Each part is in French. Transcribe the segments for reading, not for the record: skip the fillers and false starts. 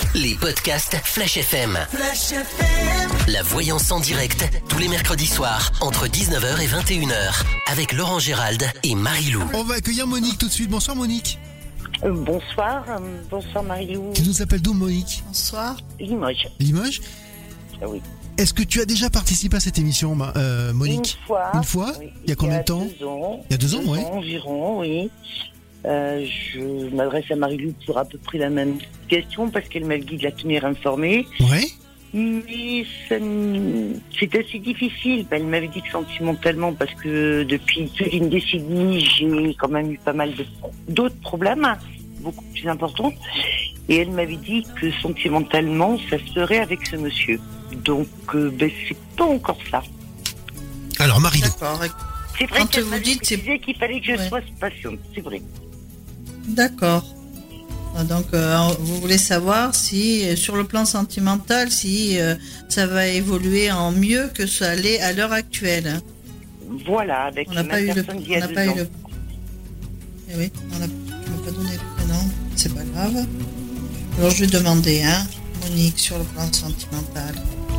Les podcasts Flash FM. Flash FM. La voyance en direct, tous les mercredis soirs, entre 19h et 21h, avec Laurent Gérald et Marie-Lou. On va accueillir Monique tout de suite. Bonsoir Monique. Bonsoir Marie-Lou. Tu nous appelles d'où Monique? Bonsoir. Limoges. Limoges? Oui. Est-ce que tu as déjà participé à cette émission, Monique? Une fois. Oui. Il y a combien de temps? 2 ans. Il y a 2 ans, oui. Environ, oui. Je m'adresse à Marie-Lou pour à peu près la même question parce qu'elle m'a dit de la tenir informée. Oui. Mais c'est assez difficile. Elle m'avait dit que sentimentalement, parce que depuis plus d'une décennie, j'ai quand même eu pas mal d'autres problèmes, beaucoup plus importants. Et elle m'avait dit que sentimentalement, ça serait avec ce monsieur. Donc, c'est pas encore ça. Alors, Marie-Lou. D'accord. C'est vrai Quand qu'elle vous m'avait dites, précisé qu'il fallait que je Ouais. sois patiente, c'est vrai. D'accord. Donc, vous voulez savoir si, sur le plan sentimental, si ça va évoluer en mieux que ça l'est à l'heure actuelle. Voilà, avec On n'a la pas eu le. personne d'il y On a n'a pas 2 eu ans. le. Eh oui, tu m'as pas donné le prénom. C'est pas grave. Alors, je vais demander, Monique, sur le plan sentimental.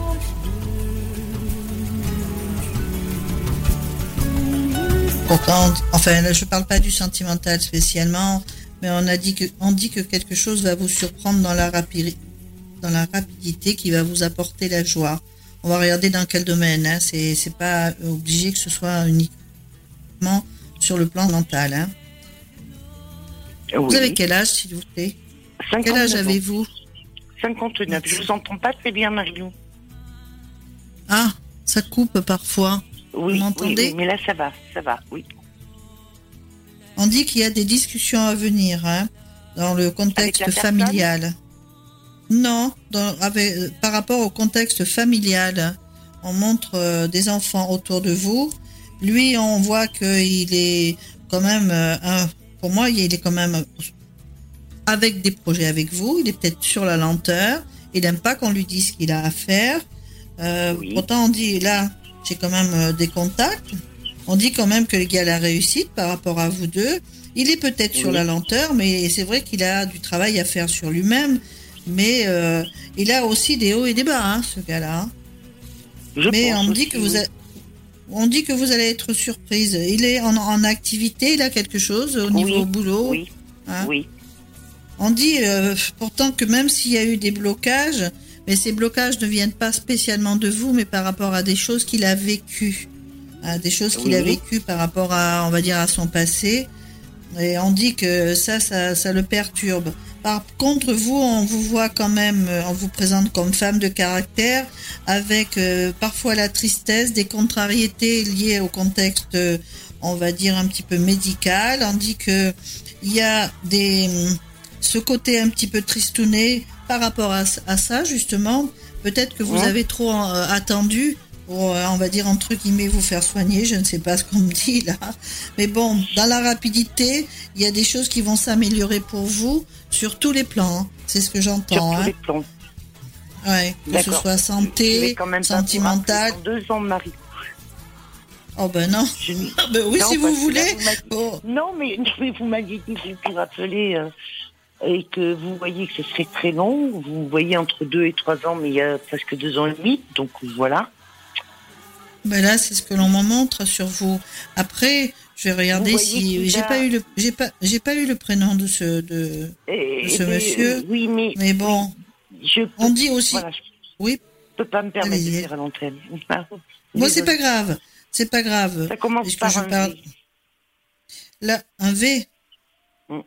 Pourtant, enfin, là, je parle pas du sentimental spécialement, mais on dit que quelque chose va vous surprendre dans la rapidité qui va vous apporter la joie. On va regarder dans quel domaine, c'est pas obligé que ce soit uniquement sur le plan mental, Oui. Vous avez quel âge, s'il vous plaît? 59 Quel âge ans. avez-vous? 59. Je vous entends pas très bien, Marie-Lou. Ah, ça coupe parfois. Oui, Vous m'entendez? oui, mais là, ça va, oui. On dit qu'il y a des discussions à venir, dans le contexte Avec la personne? familial. Non, par rapport au contexte familial, on montre des enfants autour de vous. Lui, on voit qu'il est quand même, pour moi, il est quand même avec des projets avec vous. Il est peut-être sur la lenteur. Il n'aime pas qu'on lui dise ce qu'il a à faire. Oui. Pourtant, on dit là, j'ai quand même des contacts. On dit quand même que le gars a la réussite par rapport à vous deux. Il est peut-être sur Oui. la lenteur, mais c'est vrai qu'il a du travail à faire sur lui-même. Mais il a aussi des hauts et des bas, ce gars-là. Mais on me dit que on dit que vous allez être surprise. Il est en activité, il a quelque chose au niveau boulot. Oui, hein. oui. On dit pourtant que même s'il y a eu des blocages, mais ces blocages ne viennent pas spécialement de vous, mais par rapport à des choses qu'il a vécues. Des choses qu'il a vécues par rapport à, on va dire, à son passé. Et on dit que ça le perturbe. Par contre, vous, on vous voit quand même, on vous présente comme femme de caractère, avec parfois la tristesse, des contrariétés liées au contexte, on va dire, un petit peu médical. On dit que il y a ce côté un petit peu tristouné par rapport à ça, justement. Peut-être que vous avez trop attendu pour, on va dire, entre guillemets, vous faire soigner. Je ne sais pas ce qu'on me dit là. Mais bon, dans la rapidité, il y a des choses qui vont s'améliorer pour vous sur tous les plans. C'est ce que j'entends. Sur tous les plans. Ouais, que ce soit santé, sentimental. 2 ans, Marie. Oh ben non. Ben oui, Non, si vous parce que voulez. là, vous m'avez- Oh. Non, mais vous m'aviez dit que j'ai pu rappeler et que vous voyez que ce serait très long. Vous voyez entre 2 et 3 ans, mais il y a presque 2 ans et demi. Donc voilà. Ben là, c'est ce que l'on me montre sur vous. Après, je vais regarder Vous voyez si qu'il j'ai a- pas eu le prénom de ce monsieur. Oui, Mais bon, on dit aussi. Voilà, je Oui. peux pas me permettre de Allez-y. faire à l'antenne. Moi, c'est pas grave. C'est pas grave. Ça commence Puisque par je un parle. V. Là, un V. Mm.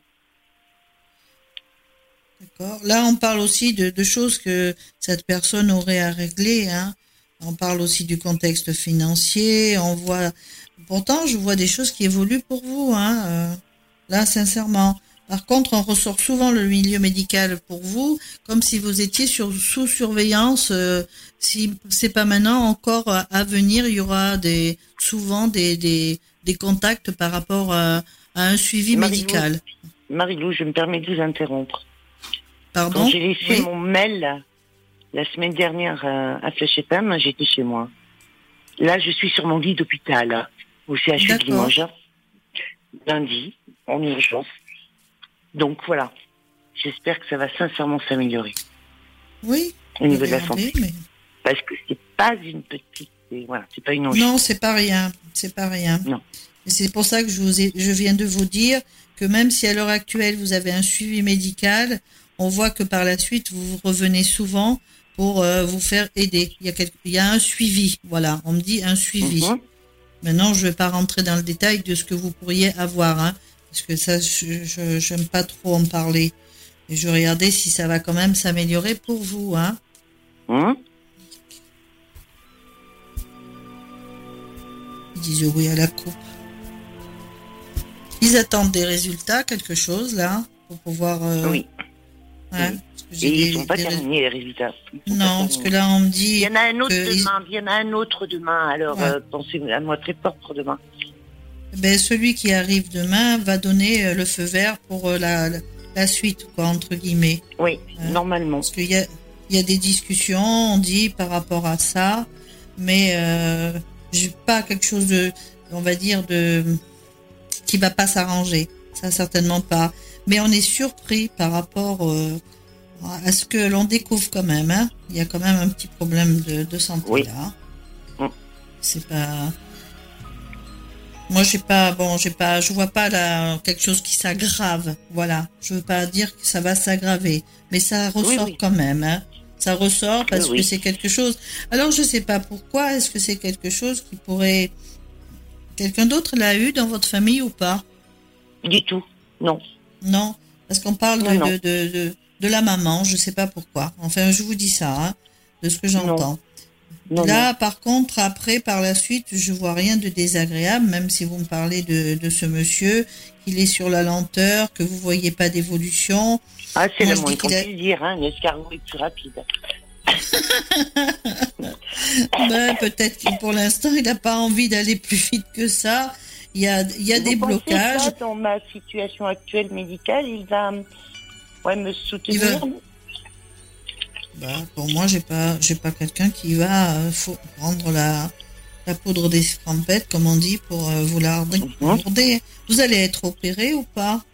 D'accord. Là, on parle aussi de choses que cette personne aurait à régler. On parle aussi du contexte financier. On voit. Pourtant, je vois des choses qui évoluent pour vous. Là, sincèrement. Par contre, on ressort souvent le milieu médical pour vous, comme si vous étiez sous surveillance. Si c'est pas maintenant, encore à venir, il y aura souvent des contacts par rapport à un suivi médical. Marie-Lou, je me permets de vous interrompre. Pardon? Quand j'ai laissé mon mail la semaine dernière à Flash FM, j'étais chez moi. Là, je suis sur mon lit d'hôpital, au CHU de Limoges, lundi, en urgence. Donc voilà, j'espère que ça va sincèrement s'améliorer. Oui. Au niveau de la santé. Mais... Parce que c'est pas une petite... c'est pas une angine. Non, c'est pas rien. C'est pas rien. Non. Et c'est pour ça que je viens de vous dire que même si à l'heure actuelle vous avez un suivi médical, on voit que par la suite vous revenez souvent pour vous faire aider. Il y a un suivi, voilà, on me dit un suivi. Maintenant, je ne vais pas rentrer dans le détail de ce que vous pourriez avoir, hein, parce que ça, je n'aime pas trop en parler. Et je vais regarder si ça va quand même s'améliorer pour vous. Hein. Ils disent oui à la coupe. Ils attendent des résultats, quelque chose, là, pour pouvoir... Oui. Ouais, et ils ne sont pas terminés, les résultats. Non, parce que là, on me dit... Il y en a un autre demain, il y en a un autre demain. Alors, pensez à moi très fort pour demain. Ben, celui qui arrive demain va donner le feu vert pour la suite, quoi, entre guillemets. Oui, normalement. Parce qu'il y a des discussions, on dit, par rapport à ça, mais j'ai pas quelque chose de, on va dire, qui va pas s'arranger. Ça, certainement pas. Mais on est surpris par rapport à ce que l'on découvre quand même. Hein. Il y a quand même un petit problème de santé là. C'est pas... Moi, je vois pas là quelque chose qui s'aggrave. Voilà. Je veux pas dire que ça va s'aggraver, mais ça ressort quand même. Hein. Ça ressort parce que c'est quelque chose. Alors, je sais pas pourquoi. Est-ce que c'est quelque chose qui pourrait... Quelqu'un d'autre l'a eu dans votre famille ou pas? Du tout. Non. Non, parce qu'on parle de la maman, je sais pas pourquoi. Enfin, je vous dis ça, hein, de ce que j'entends. Là, par contre, après, par la suite, je vois rien de désagréable, même si vous me parlez de ce monsieur, qu'il est sur la lenteur, que vous voyez pas d'évolution. Ah, c'est le moins qu'on puisse dire, hein, l'escargot est plus rapide. Ben, peut-être que pour l'instant, il n'a pas envie d'aller plus vite que ça. Il y a des blocages. Ça, dans ma situation actuelle médicale, il va me soutenir. Pour moi, j'ai pas quelqu'un qui va prendre la poudre des scrampettes, comme on dit, pour vous l'arder. Vous allez être opéré ou pas?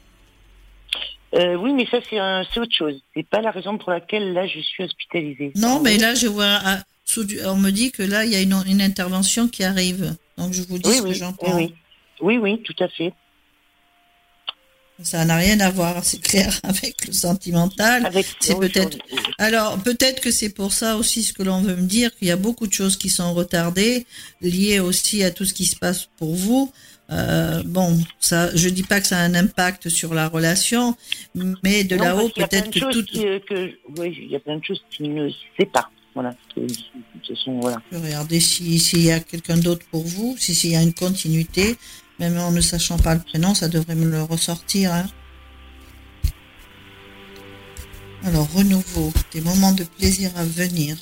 Oui, mais ça c'est autre chose. C'est pas la raison pour laquelle là je suis hospitalisée. Non, mais là je vois, on me dit que là il y a une intervention qui arrive. Donc je vous dis ce que j'entends. Oui, tout à fait. Ça n'a rien à voir, c'est clair, avec le sentimental. C'est peut-être. Alors peut-être que c'est pour ça aussi ce que l'on veut me dire, qu'il y a beaucoup de choses qui sont retardées, liées aussi à tout ce qui se passe pour vous. Ça, je dis pas que ça a un impact sur la relation, mais de là-haut peut-être que tout. Il y a plein de choses qui ne sait pas. Voilà. Je vais regarder s'il y a quelqu'un d'autre pour vous, s'il y a une continuité. Même en ne sachant pas le prénom, ça devrait me le ressortir. Hein. Alors, renouveau, des moments de plaisir à venir.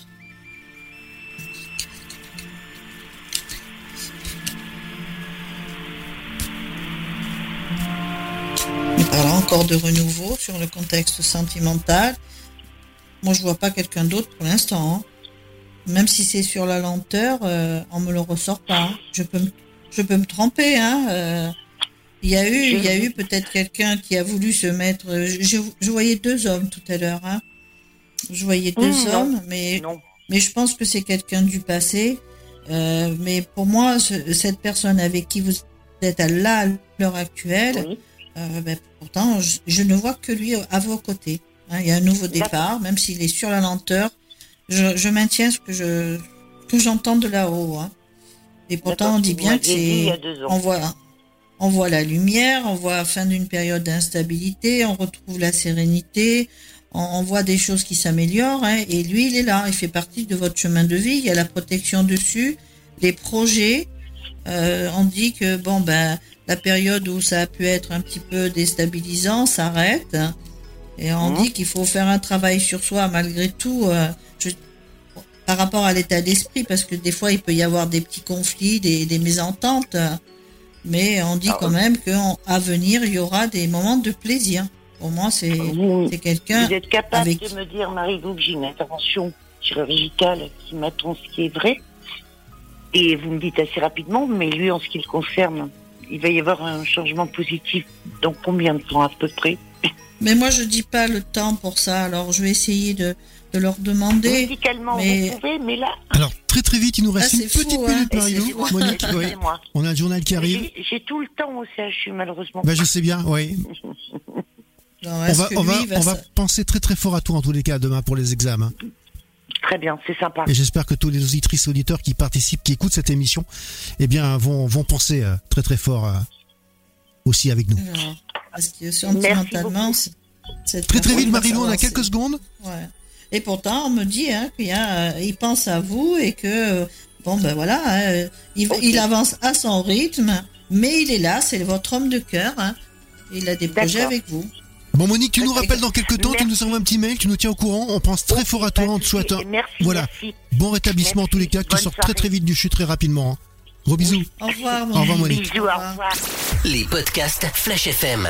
On parle encore de renouveau sur le contexte sentimental. Moi, je vois pas quelqu'un d'autre pour l'instant. Hein. Même si c'est sur la lenteur, on me le ressort pas. Hein. Je peux me tromper, hein. Il y a eu peut-être quelqu'un qui a voulu se mettre. Je voyais 2 hommes tout à l'heure, hein. Je voyais 2 hommes, mais je pense que c'est quelqu'un du passé. Mais pour moi, cette personne avec qui vous êtes à l'heure actuelle, pourtant, je ne vois que lui à vos côtés. Hein. Il y a un nouveau départ, même s'il est sur la lenteur. Je maintiens ce que j'entends de là-haut, hein. Et pourtant, on dit bien que on voit la lumière, on voit la fin d'une période d'instabilité, on retrouve la sérénité, on voit des choses qui s'améliorent, hein, et lui, il est là, il fait partie de votre chemin de vie, il y a la protection dessus, les projets, on dit que, la période où ça a pu être un petit peu déstabilisant s'arrête, hein, et on dit qu'il faut faire un travail sur soi malgré tout, par rapport à l'état d'esprit, parce que des fois il peut y avoir des petits conflits, des mésententes, mais on dit quand même qu'à venir il y aura des moments de plaisir. Pour moi, c'est quelqu'un. Vous êtes capable de me dire, Marie-Lou, que j'ai une intervention chirurgicale qui m'attend, ce qui est vrai, et vous me dites assez rapidement, mais lui, en ce qui le concerne, il va y avoir un changement positif dans combien de temps à peu près? Mais moi, je dis pas le temps pour ça. Alors, je vais essayer de leur demander. Médicalement, mais- vous pouvez, mais là... Alors, très vite, il nous reste une c'est fou, petite hein. minute, Marilou. Excusez-moi, Monique, oui. excusez-moi. On a le journal qui arrive. J'ai tout le temps au CHU, malheureusement. Ben, je sais bien, oui. Alors, On est-ce va, que on va, lui on va penser très très fort à toi en tous les cas demain pour les examens. Très bien, c'est sympa. Et j'espère que tous les auditrices et auditeurs qui participent, qui écoutent cette émission, eh bien, vont penser très très fort aussi avec nous. Alors, parce que sentimentalement, c'est Très très drôle vite, de Marilou, on savoir a quelques secondes. Ouais. Et pourtant, on me dit qu'il pense à vous et que bon ben voilà, il avance à son rythme, mais il est là, c'est votre homme de cœur. Hein. Il a des projets D'accord. avec vous. Bon, Monique, tu nous rappelles dans quelques temps, tu Merci. nous envoies un petit mail, tu nous tiens au courant, on pense très fort à toi, on te souhaite un Merci, voilà, merci. bon rétablissement en tous les cas, que tu Bonne sors très très soirée. vite du chute très rapidement. Hein. Gros bisous. Au revoir, Au revoir, Monique. Bisous, au revoir. Les podcasts Flash FM.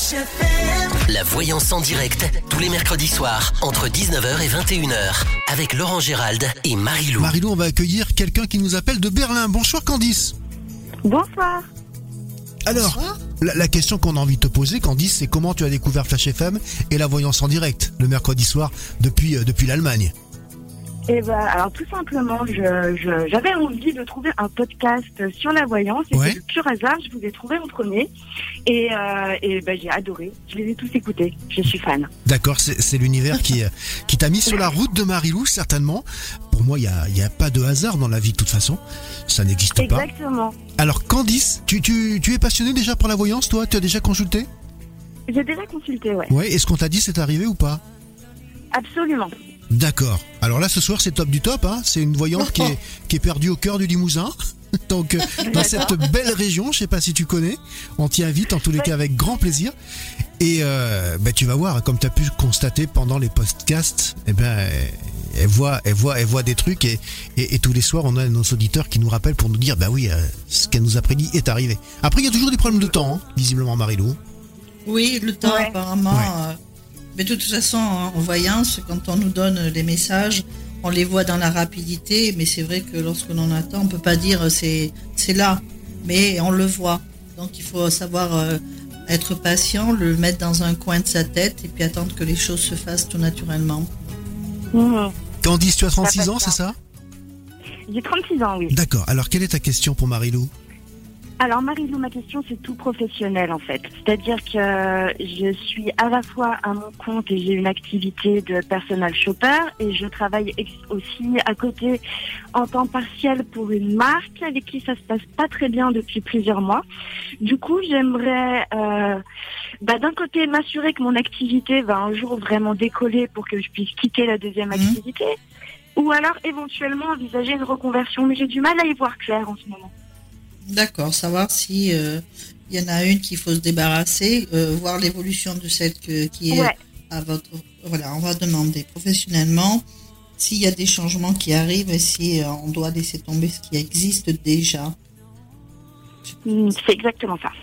La voyance en direct, tous les mercredis soirs, entre 19h et 21h, avec Laurent Gérald et Marie-Lou. Marilou, on va accueillir quelqu'un qui nous appelle de Berlin. Bonsoir Candice. Bonsoir. Alors, la question qu'on a envie de te poser, Candice, c'est comment tu as découvert Flash FM et la voyance en direct le mercredi soir depuis l'Allemagne. Et alors tout simplement, j'avais envie de trouver un podcast sur la voyance et Ouais. c'est du pur hasard, je vous ai trouvé en premier et j'ai adoré. Je les ai tous écoutés. Je suis fan. D'accord, c'est l'univers qui t'a mis sur la route de Marie-Lou, certainement. Pour moi, il y a pas de hasard dans la vie de toute façon. Ça n'existe pas. Exactement. Alors Candice, tu es passionnée déjà par la voyance, toi? Tu as déjà consulté? J'ai déjà consulté, ouais. Ouais, est-ce qu'on t'a dit c'est arrivé ou pas? Absolument. D'accord. Alors là, ce soir, c'est top du top. Hein. C'est une voyante qui est perdue au cœur du Limousin. Donc, dans cette belle région, je sais pas si tu connais, on t'y invite en tous les cas avec grand plaisir. Et tu vas voir, comme tu as pu constater pendant les podcasts, elle voit des trucs et tous les soirs, on a nos auditeurs qui nous rappellent pour nous dire, ce qu'elle nous a prédit est arrivé. Après, il y a toujours des problèmes de temps, hein, visiblement, Marie-Lou. Oui, le temps Ouais. apparemment. Ouais. Mais de toute façon, en voyance, quand on nous donne les messages, on les voit dans la rapidité. Mais c'est vrai que lorsque l'on attend, on peut pas dire c'est là, mais on le voit. Donc il faut savoir être patient, le mettre dans un coin de sa tête et puis attendre que les choses se fassent tout naturellement. Mhm. Candice, tu as 36 Ça passe ans, c'est ça? J'ai 36 ans, oui. D'accord. Alors, quelle est ta question pour Marie-Lou? Alors Marie-Lou, ma question c'est tout professionnel en fait. C'est-à-dire que je suis à la fois à mon compte et j'ai une activité de personal shopper et je travaille aussi à côté en temps partiel pour une marque avec qui ça se passe pas très bien depuis plusieurs mois. Du coup, j'aimerais d'un côté m'assurer que mon activité va un jour vraiment décoller pour que je puisse quitter la deuxième activité ou alors éventuellement envisager une reconversion. Mais j'ai du mal à y voir clair en ce moment. D'accord, savoir si il y en a une qu'il faut se débarrasser, voir l'évolution de celle qui est Ouais. à votre. Voilà, on va demander professionnellement s'il y a des changements qui arrivent et si on doit laisser tomber ce qui existe déjà. C'est exactement ça.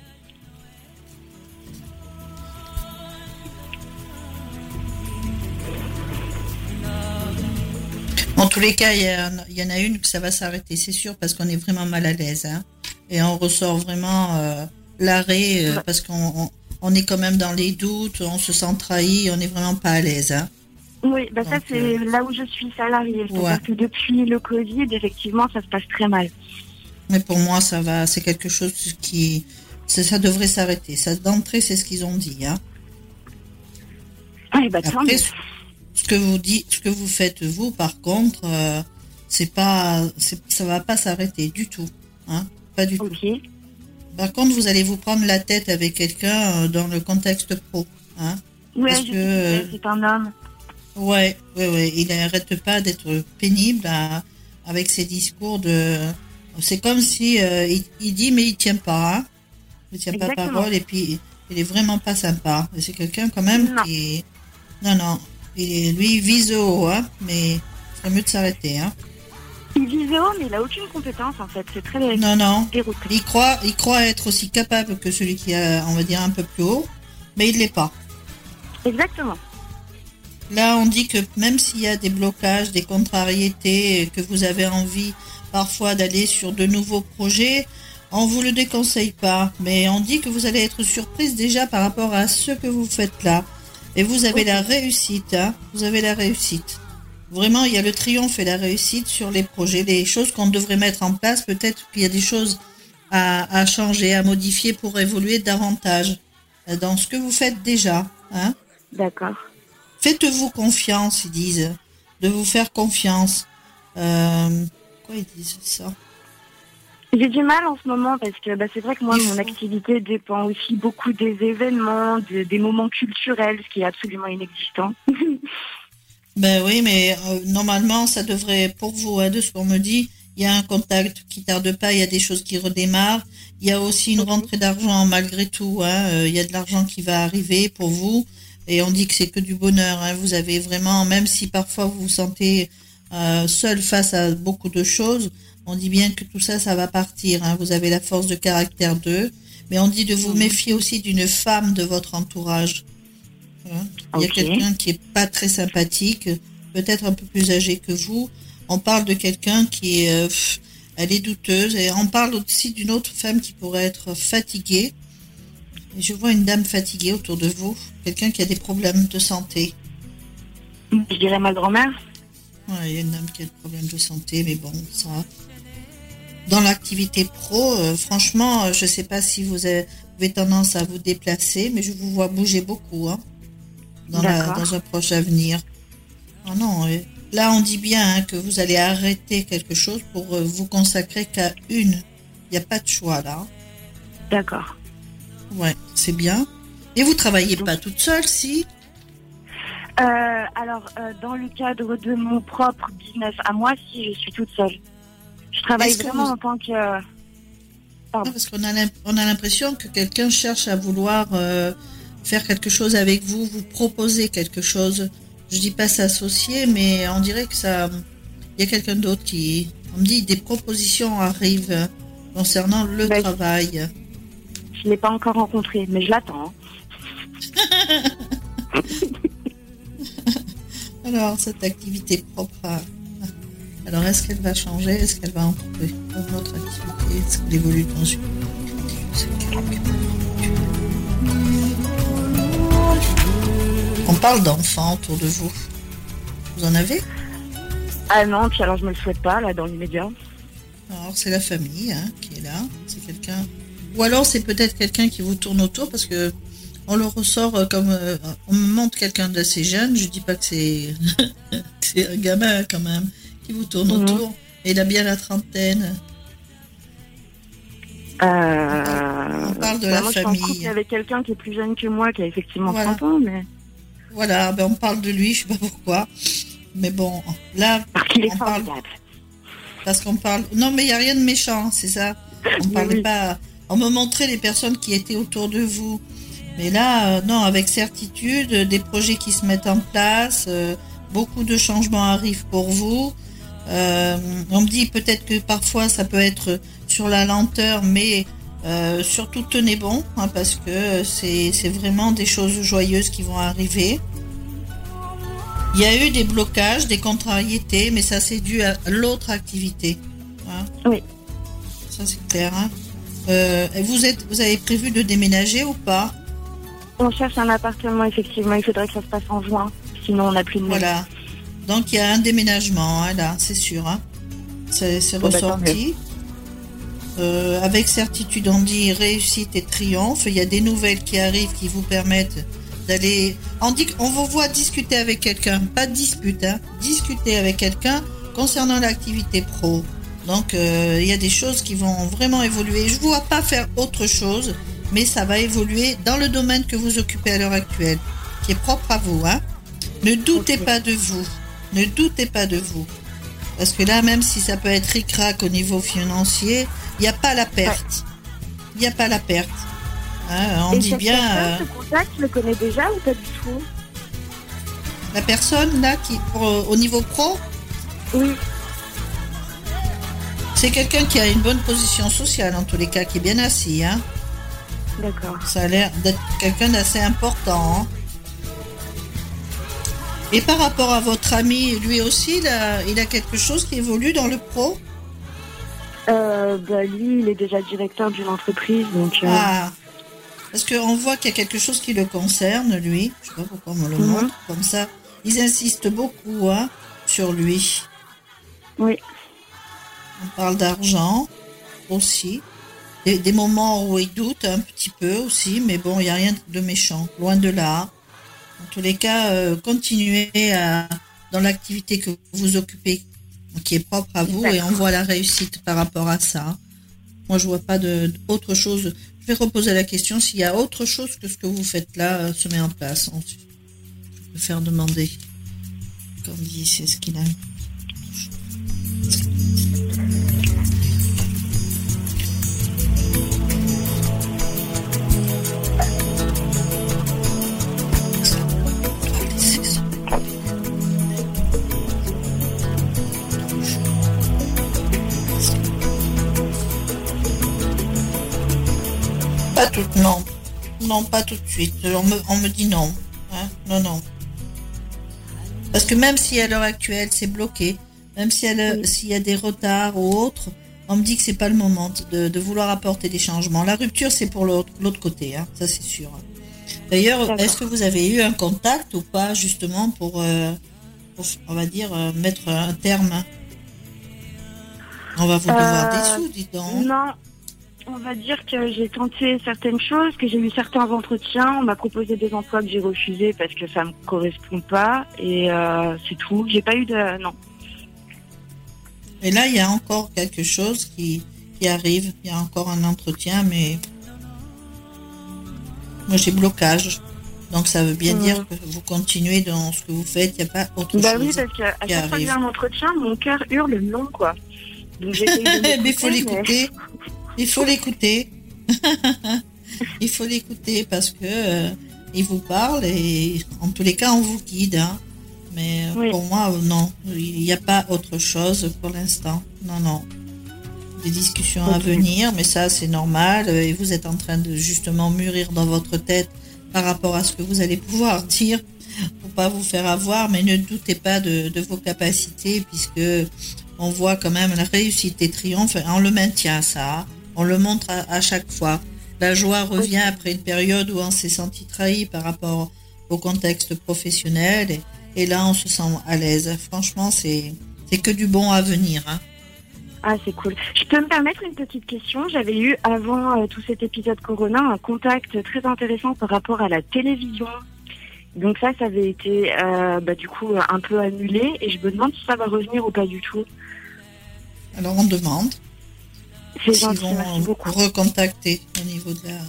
En tous les cas, il y en a une que ça va s'arrêter, c'est sûr, parce qu'on est vraiment mal à l'aise. Hein, et on ressort vraiment l'arrêt parce qu'on est quand même dans les doutes, on se sent trahi, on n'est vraiment pas à l'aise. Hein. Oui, ça Donc, c'est là où je suis salariée. C'est-à-dire ouais. que depuis le Covid, effectivement, ça se passe très mal. Mais pour moi, ça va, c'est quelque chose qui, ça devrait s'arrêter. Ça d'entrée, c'est ce qu'ils ont dit. Hein. Oui, tant Après, mieux. ce que vous faites vous, par contre, ça va pas s'arrêter du tout. Hein, pas du tout. Ok. Par contre, vous allez vous prendre la tête avec quelqu'un dans le contexte pro. Hein. Ouais, Parce je que- sais, c'est un homme. Ouais. Il n'arrête pas d'être pénible avec ses discours de. C'est comme si il dit mais il tient pas. Hein. Il tient pas Exactement. parole et puis il est vraiment pas sympa. Et c'est quelqu'un quand même Non. qui. Non. Lui il vise haut, hein, mais il serait mieux de s'arrêter. Hein. Il vise haut, mais il a aucune compétence en fait. C'est très Non. déroutant. Il croit être aussi capable que celui qui a, on va dire, un peu plus haut, mais il l'est pas. Exactement. Là, on dit que même s'il y a des blocages, des contrariétés, que vous avez envie parfois d'aller sur de nouveaux projets, On vous le déconseille pas, mais on dit que vous allez être surprise déjà par rapport à ce que vous faites là. Et vous avez la réussite, hein. Vous avez la réussite. Vraiment, il y a le triomphe et la réussite sur les projets, les choses qu'on devrait mettre en place. Peut-être qu'il y a des choses à changer, à modifier pour évoluer davantage dans ce que vous faites déjà, hein. D'accord. Faites-vous confiance, ils disent, de vous faire confiance. Quoi ils disent ça? J'ai du mal en ce moment parce que c'est vrai que moi, mon activité dépend aussi beaucoup des événements, des moments culturels, ce qui est absolument inexistant. Ben oui, mais normalement, ça devrait, pour vous, hein, de ce qu'on me dit, il y a un contact qui tarde pas, il y a des choses qui redémarrent, il y a aussi une rentrée d'argent malgré tout, hein, il y a de l'argent qui va arriver pour vous, et on dit que c'est que du bonheur, hein, vous avez vraiment, même si parfois vous vous sentez seul face à beaucoup de choses, on dit bien que tout ça, ça va partir, hein, vous avez la force de caractère d'eux, mais on dit de vous méfier aussi d'une femme de votre entourage. Il y a quelqu'un qui est pas très sympathique, peut-être un peu plus âgé que vous. On parle de quelqu'un qui est, elle est douteuse, et on parle aussi d'une autre femme qui pourrait être fatiguée. Et je vois une dame fatiguée autour de vous, quelqu'un qui a des problèmes de santé. Je dirais ma grand-mère. Ouais, il y a une dame qui a des problèmes de santé, mais bon, ça. Dans l'activité pro, franchement, je sais pas si vous avez tendance à vous déplacer, mais je vous vois bouger beaucoup, hein. Dans un proche avenir. Oh non, là on dit bien, hein, que vous allez arrêter quelque chose pour vous consacrer qu'à une. Il n'y a pas de choix là. D'accord. Ouais, c'est bien. Et vous travaillez pas toute seule, si? Alors, dans le cadre de mon propre business à moi, si, je suis toute seule. Je travaille vraiment en tant que... Non, parce qu'on a l'impression que quelqu'un cherche à vouloir faire quelque chose avec vous, vous proposer quelque chose. Je dis pas s'associer, mais on dirait que ça, il y a quelqu'un d'autre qui, on me dit, des propositions arrivent concernant le travail. Je l'ai pas encore rencontré, mais je l'attends. Alors, cette activité propre, alors est-ce qu'elle va changer? Est-ce qu'elle va en trouver une autre activité? Est-ce qu'elle évolue dans une On parle d'enfants autour de vous. Vous en avez? Ah non, puis alors je me le souhaite pas, là, dans l'immédiat. Alors, c'est la famille, hein, qui est là. C'est quelqu'un... Ou alors, c'est peut-être quelqu'un qui vous tourne autour, parce que on le ressort comme... on me montre quelqu'un d'assez jeune, je dis pas que c'est... c'est un gamin, quand même, qui vous tourne autour. Et il a bien la trentaine. On parle de la moi, famille. Je suis en couple avec quelqu'un qui est plus jeune que moi, qui a effectivement 30 ans, mais... Voilà, on parle de lui, je sais pas pourquoi. Mais bon, là... Parce qu'il est on parle... Parce qu'on parle... Non, mais il n'y a rien de méchant, c'est ça. On parlait pas... On me montrait les personnes qui étaient autour de vous. Mais là, non, avec certitude, des projets qui se mettent en place, beaucoup de changements arrivent pour vous. On me dit peut-être que parfois ça peut être sur la lenteur, mais surtout tenez bon, hein, parce que c'est vraiment des choses joyeuses qui vont arriver. Il y a eu des blocages, des contrariétés, mais ça c'est dû à l'autre activité. Hein. Oui. Ça c'est clair. Hein. Vous avez prévu de déménager ou pas? On cherche un appartement, effectivement. Il faudrait que ça se passe en juin. Sinon, on n'a plus de maison. Voilà. Donc, il y a un déménagement, hein, là, c'est sûr. Hein. C'est ressorti. Avec certitude, on dit réussite et triomphe. Il y a des nouvelles qui arrivent qui vous permettent d'aller... On vous voit discuter avec quelqu'un. Pas de dispute, hein. Discuter avec quelqu'un concernant l'activité pro. Donc, il y a des choses qui vont vraiment évoluer. Je ne vois pas faire autre chose, mais ça va évoluer dans le domaine que vous occupez à l'heure actuelle, qui est propre à vous. Hein. Ne doutez pas de vous. Ne doutez pas de vous. Parce que là, même si ça peut être ric-rac au niveau financier, il n'y a pas la perte. Il n'y a pas la perte. Hein, on dit bien... Ce contact, je le connais déjà ou pas du tout? La personne, là, qui au niveau pro? Oui. C'est quelqu'un qui a une bonne position sociale, en tous les cas, qui est bien assis. Hein. D'accord. Ça a l'air d'être quelqu'un d'assez important. Hein. Et par rapport à votre ami, lui aussi, il a quelque chose qui évolue dans le pro? Lui, il est déjà directeur d'une entreprise, donc... Ah, parce qu'on voit qu'il y a quelque chose qui le concerne, lui. Je sais pas pourquoi on me le montre comme ça. Ils insistent beaucoup sur lui. Oui. On parle d'argent aussi. Des moments où ils doutent un petit peu aussi, mais bon, il n'y a rien de méchant, loin de là. En tous les cas, continuez dans l'activité que vous vous occupez, qui est propre à vous, et on voit la réussite par rapport à ça. Moi, je vois pas d'autre chose. Je vais reposer la question s'il y a autre chose que ce que vous faites là se met en place. Ensuite, je peux faire demander. Candy, c'est ce qu'il a. Non, pas tout de suite. On me dit non. Non. Parce que même si à l'heure actuelle c'est bloqué, même si s'il y a des retards ou autres, on me dit que c'est pas le moment de vouloir apporter des changements. La rupture, c'est pour l'autre côté, ça c'est sûr. D'ailleurs, est-ce que vous avez eu un contact ou pas justement pour on va dire, mettre un terme? On va vous devoir des sous, dis donc. Non. On va dire que j'ai tenté certaines choses, que j'ai eu certains entretiens. On m'a proposé des emplois que j'ai refusés parce que ça me correspond pas. Et c'est tout. J'ai pas eu de... Non. Et là, il y a encore quelque chose qui arrive. Il y a encore un entretien, mais... Moi, j'ai blocage. Donc, ça veut bien dire que vous continuez dans ce que vous faites. Il n'y a pas autre chose. Oui, parce qu'à chaque fois que j'ai un entretien, mon cœur hurle non, quoi. Donc, j'essaie de mais il faut l'écouter. Il faut l'écouter. Il faut l'écouter parce que il vous parle et en tous les cas on vous guide. Mais pour moi, non. Il n'y a pas autre chose pour l'instant. Non. Des discussions à venir, mais ça c'est normal. Et vous êtes en train de justement mûrir dans votre tête par rapport à ce que vous allez pouvoir dire pour pas vous faire avoir. Mais ne doutez pas de vos capacités puisque on voit quand même la réussite et triomphe. On le maintient ça. On le montre à chaque fois. La joie revient après une période où on s'est senti trahi par rapport au contexte professionnel. Et là, on se sent à l'aise. Franchement, c'est que du bon à venir. Ah, c'est cool. Je peux me permettre une petite question? J'avais eu, avant tout cet épisode Corona, un contact très intéressant par rapport à la télévision. Donc ça avait été, du coup, un peu annulé. Et je me demande si ça va revenir ou pas du tout. Alors, on demande. C'est gentil, vont merci beaucoup. Recontacter au niveau de la...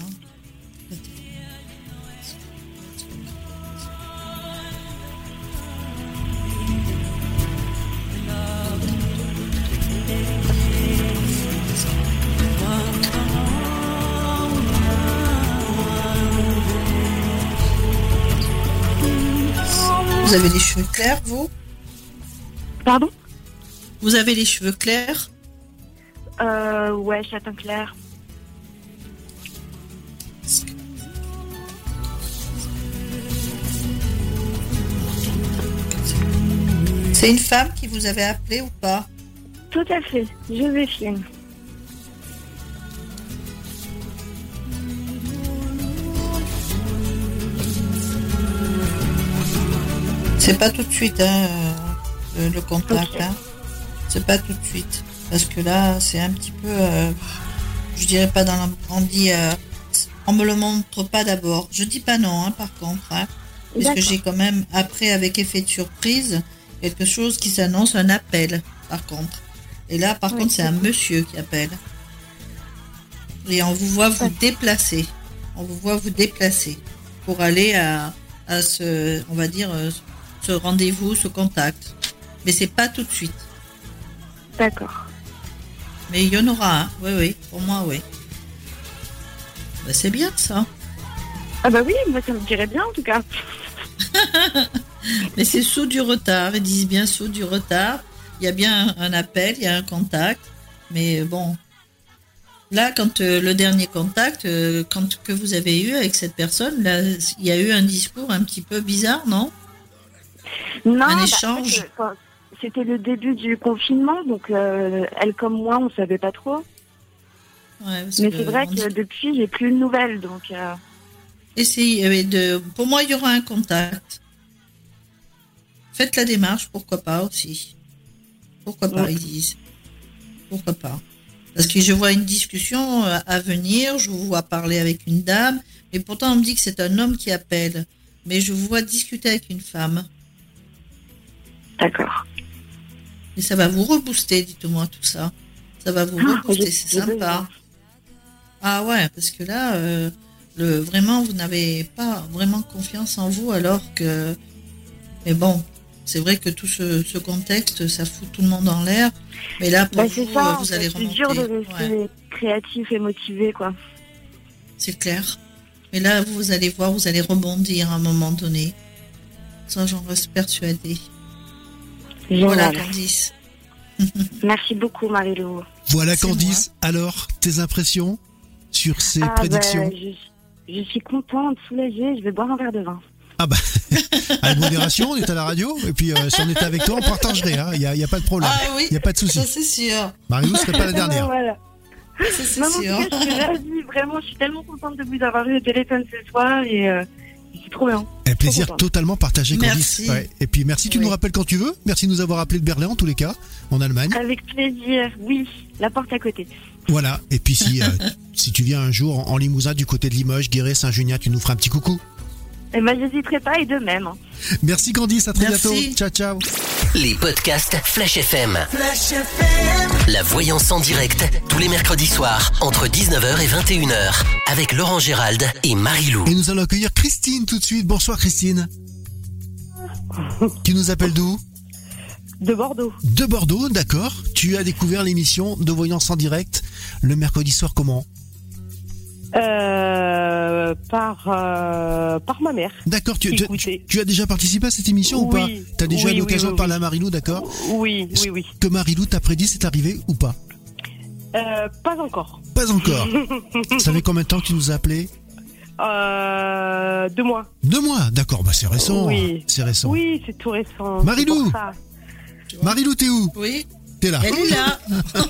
Vous avez les cheveux clairs, vous? Pardon? Vous avez les cheveux clairs? Ouais, châtain clair. C'est une femme qui vous avait appelé ou pas? Tout à fait, Joséphine. C'est pas tout de suite le contact. Okay. C'est pas tout de suite. Parce que là, c'est un petit peu, je dirais pas on dit, on me le montre pas d'abord. Je dis pas non, par contre, puisque j'ai quand même, après, avec effet de surprise, quelque chose qui s'annonce, un appel, par contre. Et là, par contre, c'est un monsieur qui appelle. Et on vous voit vous déplacer. On vous voit vous déplacer pour aller à ce, on va dire, ce rendez-vous, ce contact. Mais c'est pas tout de suite. D'accord. Mais il y en aura un, oui, pour moi, oui. Bah, c'est bien ça. Ah bah oui, moi ça me dirait bien en tout cas. Mais c'est sous du retard, ils disent bien sous du retard. Il y a bien un appel, il y a un contact. Mais bon, là, quand le dernier contact, que vous avez eu avec cette personne, là, il y a eu un discours un petit peu bizarre, non? Non, un échange. c'était le début du confinement, donc elle comme moi, on savait pas trop. Ouais, Mais c'est vrai que depuis, j'ai plus de nouvelles, donc... Essayez pour moi, il y aura un contact. Faites la démarche, pourquoi pas aussi. Pourquoi pas, ils disent. Pourquoi pas. Parce que je vois une discussion à venir, je vous vois parler avec une dame, et pourtant on me dit que c'est un homme qui appelle. Mais je vous vois discuter avec une femme. D'accord. Et ça va vous rebooster, dites-moi tout ça. Ça va vous rebooster, c'est sympa. Ah ouais, parce que là, vraiment, vous n'avez pas vraiment confiance en vous, alors que... Mais bon, c'est vrai que tout ce contexte, ça fout tout le monde en l'air. Mais là, pour vous allez remonter. C'est dur de rester créatif et motivé, quoi. C'est clair. Mais là, vous allez voir, vous allez rebondir à un moment donné. Ça, j'en reste persuadée. Voilà, Candice. Merci beaucoup, Marie-Lou. Voilà, Candice. Alors, tes impressions sur ces prédictions? Je suis contente, soulagée. Je vais boire un verre de vin. Ah bah, avec modération, on est à la radio. Et puis, si on était avec toi, on partagerait. Il n'y a pas de problème. Ah oui, il n'y a pas de souci. Ça, c'est sûr. Marie-Lou ne serait pas la dernière. Voilà. Ça, c'est Maman, sûr. je suis ravie. Vraiment, je suis tellement contente de vous avoir eu au téléphone ce soir. Et c'est trop bien. Un plaisir totalement partagé, Candice. Merci. Ouais. Et puis merci, tu nous rappelles quand tu veux. Merci de nous avoir appelé de Berlin en tous les cas, en Allemagne. Avec plaisir, oui, la porte à côté. Voilà, et puis si tu viens un jour en Limousin du côté de Limoges, Guéret, Saint-Junien, tu nous feras un petit coucou. Eh ben, j'hésiterai pas et de même. Merci Candice, à très bientôt. Ciao, ciao. Les podcasts Flash FM. Flash FM. La voyance en direct, tous les mercredis soirs, entre 19h et 21h, avec Laurent Gérald et Marie-Lou. Et nous allons accueillir Christine tout de suite. Bonsoir Christine. Tu nous appelles d'où ? De Bordeaux. De Bordeaux, d'accord. Tu as découvert l'émission de voyance en direct le mercredi soir comment ? Par ma mère. D'accord, tu as déjà participé à cette émission ou pas ? Tu as déjà eu l'occasion de parler à Marie-Lou, d'accord ? Oui. Que Marie-Lou t'a prédit, c'est arrivé ou pas ? Pas encore. Pas encore. Ça fait combien de temps que tu nous as appelé ? 2 mois. 2 mois, d'accord, bah c'est récent. Oui. C'est récent. Oui, c'est tout récent. Marie-Lou, t'es où ? Oui. T'es là. Elle est là.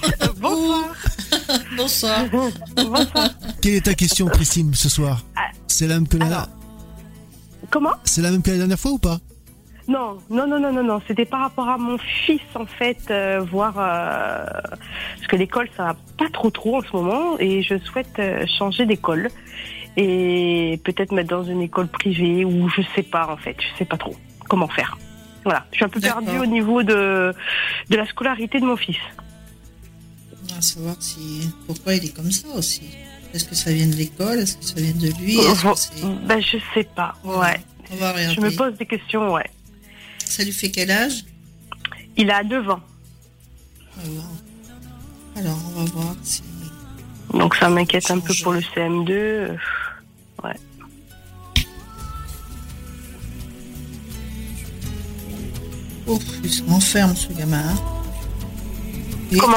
Bonsoir. Bonsoir. Quelle est ta question, Christine, ce soir ? C'est la même que Comment ? C'est la même que la dernière fois ou pas ? Non. C'était par rapport à mon fils, en fait, voir... parce que l'école, ça va pas trop en ce moment, et je souhaite changer d'école. Et peut-être mettre dans une école privée, ou je sais pas, en fait. Je sais pas trop comment faire. Voilà, je suis un peu perdue au niveau de la scolarité de mon fils. On va savoir pourquoi il est comme ça aussi. Est-ce que ça vient de l'école ? Est-ce que ça vient de lui ? Je sais pas, ouais. On va regarder. Je me pose des questions, ouais. Ça lui fait quel âge ? Il a 9 ans. Alors, on va voir si... Donc ça m'inquiète un peu pour le CM2. Ouais. Oh, il se renferme ce gamin. Comment ?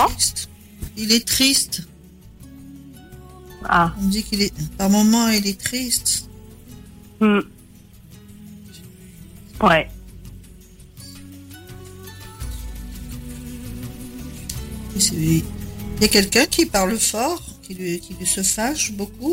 Il est triste. Ah. On me dit qu'il est... Par moment, il est triste. Ouais. Il y a quelqu'un qui parle fort, qui lui se fâche beaucoup.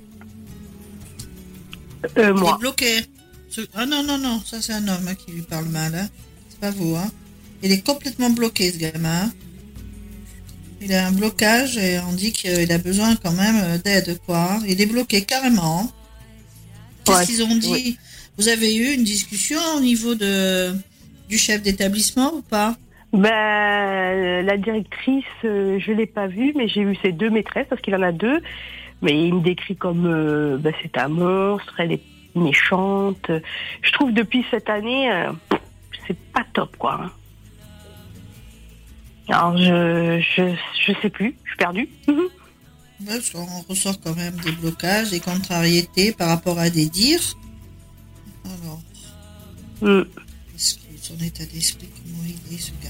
Moi. Il est bloqué. Ah non, ça c'est un homme qui lui parle mal. Hein. C'est pas vous. Hein. Il est complètement bloqué ce gamin. Il a un blocage et on dit qu'il a besoin quand même d'aide, quoi. Il est bloqué carrément. Qu'est-ce qu'ils ont dit ? Oui. Vous avez eu une discussion au niveau du chef d'établissement ou pas ? La directrice, je l'ai pas vue, mais j'ai eu ses 2 maîtresses, parce qu'il en a 2. Mais il me décrit comme c'est un monstre, elle est méchante. Je trouve depuis cette année, c'est pas top, quoi. Alors je sais plus, je suis perdue. Ouais, on ressort quand même des blocages, des contrariétés par rapport à des dires. Alors, est-ce que son état d'esprit, comment il est ce gamin ?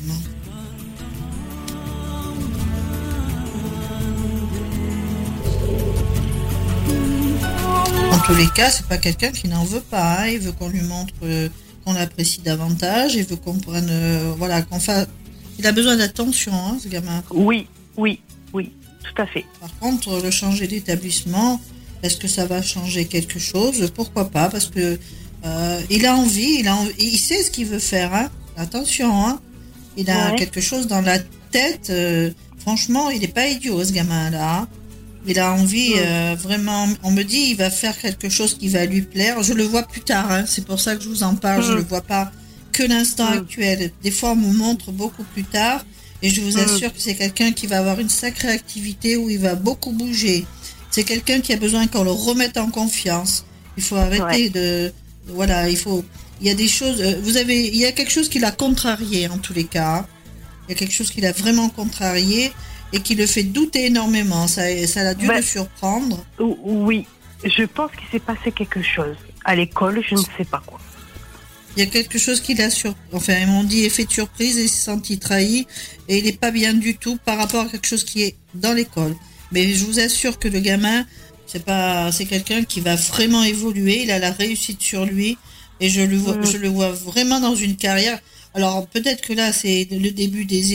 En tous les cas, c'est pas quelqu'un qui n'en veut pas. Hein. Il veut qu'on lui montre qu'on l'apprécie davantage. Il veut qu'on prenne, voilà, qu'on fasse. Il a besoin d'attention, hein, ce gamin. Oui, tout à fait. Par contre, le changer d'établissement, est-ce que ça va changer quelque chose? Pourquoi pas? Parce que il a envie, il sait ce qu'il veut faire, hein. Attention, hein. Il a quelque chose dans la tête. Franchement, il n'est pas idiot, ce gamin-là. Hein. Il a envie, vraiment. On me dit, il va faire quelque chose qui va lui plaire. Je le vois plus tard, hein. C'est pour ça que je vous en parle. Je le vois pas que l'instant actuel. Des fois, on me montre beaucoup plus tard. Et je vous assure que c'est quelqu'un qui va avoir une sacrée activité où il va beaucoup bouger. C'est quelqu'un qui a besoin qu'on le remette en confiance. Il faut arrêter de... Voilà, il y a des choses... il y a quelque chose qui l'a contrarié, en tous les cas. Hein. Il y a quelque chose qui l'a vraiment contrarié et qui le fait douter énormément. Ça a dû le surprendre. Oui, je pense qu'il s'est passé quelque chose. À l'école, je ne sais pas quoi. Il y a quelque chose qui l'a Enfin, ils m'ont dit effet de surprise et il s'est senti trahi et il n'est pas bien du tout par rapport à quelque chose qui est dans l'école. Mais je vous assure que le gamin, c'est quelqu'un qui va vraiment évoluer. Il a la réussite sur lui et je le vois vraiment dans une carrière. Alors peut-être que là c'est le début des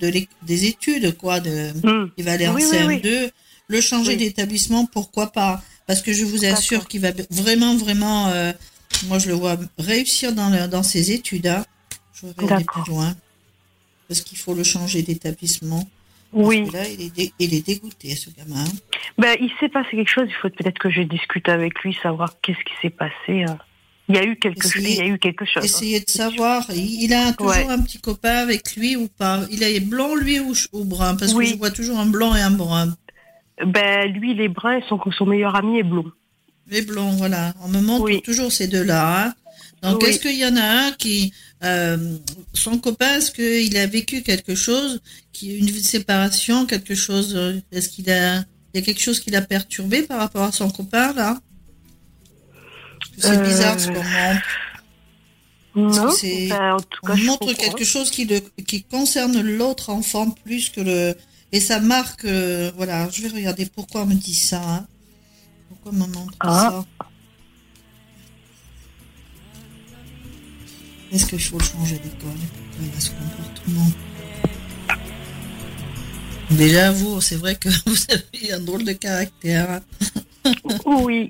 études, quoi. Il va aller en CM2. Oui. Le changer d'établissement, pourquoi pas? Parce que je vous assure qu'il va vraiment, vraiment. Moi, je le vois réussir dans ses études. Hein. Je voudrais aller plus loin. Parce qu'il faut le changer d'établissement. Oui. Parce que là, il est dégoûté, ce gamin. Il s'est passé quelque chose. Il faut peut-être que je discute avec lui, savoir qu'est-ce qui s'est passé. Il y a eu quelque chose. Essayez de savoir. Il a toujours un petit copain avec lui ou pas? Il est blond, lui, ou brun? Parce que je vois toujours un blanc et un brun. Lui, il est brun et son meilleur ami est blond. Les blonds, voilà. On me montre toujours ces deux-là. Hein. Donc, est-ce qu'il y en a un qui... son copain, est-ce qu'il a vécu quelque chose, une séparation, quelque chose... Est-ce qu'il a... Il y a quelque chose qui l'a perturbé par rapport à son copain, là? C'est bizarre ce qu'on montre. Non, en tout cas, on montre quelque chose qui concerne l'autre enfant plus que le... Et ça marque... voilà, je vais regarder pourquoi on me dit ça, hein. Pourquoi on me montre ça? Est-ce qu'il faut le changer d'école? Il a ce comportement. Déjà, vous, c'est vrai que vous avez un drôle de caractère. Oui.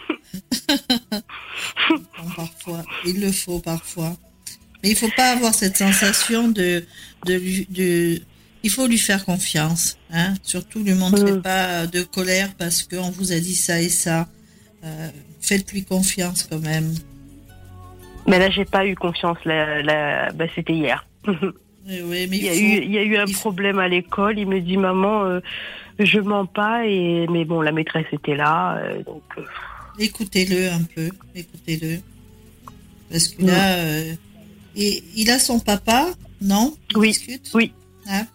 Parfois, il le faut parfois. Mais il ne faut pas avoir cette sensation il faut lui faire confiance. Hein. Surtout, ne lui montrez pas de colère parce qu'on vous a dit ça et ça. Faites-lui confiance quand même. Mais là, j'ai pas eu confiance. C'était hier. Oui, mais il y a eu un problème à l'école. Il me dit, maman, je mens pas. Mais bon, la maîtresse était là. Donc, écoutez-le un peu. Écoutez-le. Parce que là, il a son papa, non? Oui. Discute. Oui. Hein?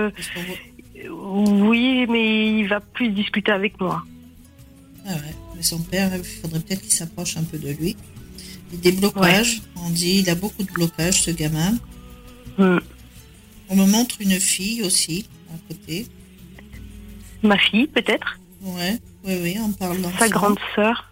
Oui, mais il va plus discuter avec moi. Ah ouais, mais son père, il faudrait peut-être qu'il s'approche un peu de lui. Il y a des blocages, on dit, il a beaucoup de blocages, ce gamin. On me montre une fille aussi, à côté. Ma fille, peut-être? Oui, on parle d'enfant. Sa grande sœur.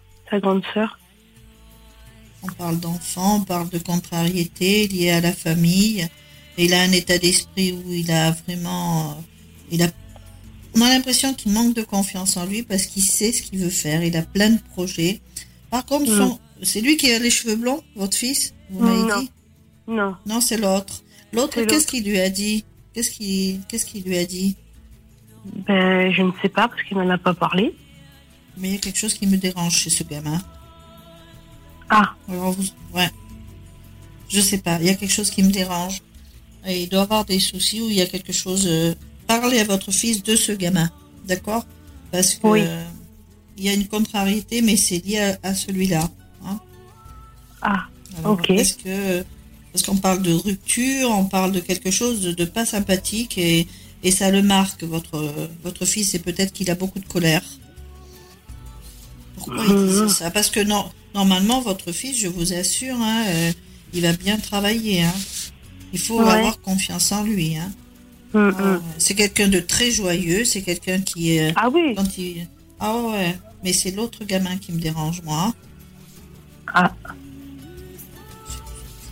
On parle d'enfant, on parle de contrariété liée à la famille. Et il a un état d'esprit où il a vraiment... On a l'impression qu'il manque de confiance en lui parce qu'il sait ce qu'il veut faire. Il a plein de projets. Par contre, c'est lui qui a les cheveux blonds, votre fils? Vous m'avez dit? Non. Non, c'est l'autre. L'autre, qu'est-ce qu'il lui a dit? Qu'est-ce qu'il lui a dit? Je ne sais pas parce qu'il n'en a pas parlé. Mais il y a quelque chose qui me dérange chez ce gamin. Ah. Alors je sais pas. Il y a quelque chose qui me dérange. Et il doit avoir des soucis où il y a quelque chose. Parlez à votre fils de ce gamin, d'accord? Parce que il y a une contrariété, mais c'est lié à celui-là. Hein. Ah. Alors, ok. Parce qu'on parle de rupture, on parle de quelque chose de pas sympathique et ça le marque. Votre fils, et peut-être qu'il a beaucoup de colère. Pourquoi il dit ça? Parce que normalement, votre fils, je vous assure, hein, il va bien travailler. Hein. Il faut avoir confiance en lui. Hein. C'est quelqu'un de très joyeux, c'est quelqu'un qui est... Ah oui. Ah ouais, mais c'est l'autre gamin qui me dérange, moi. Ah.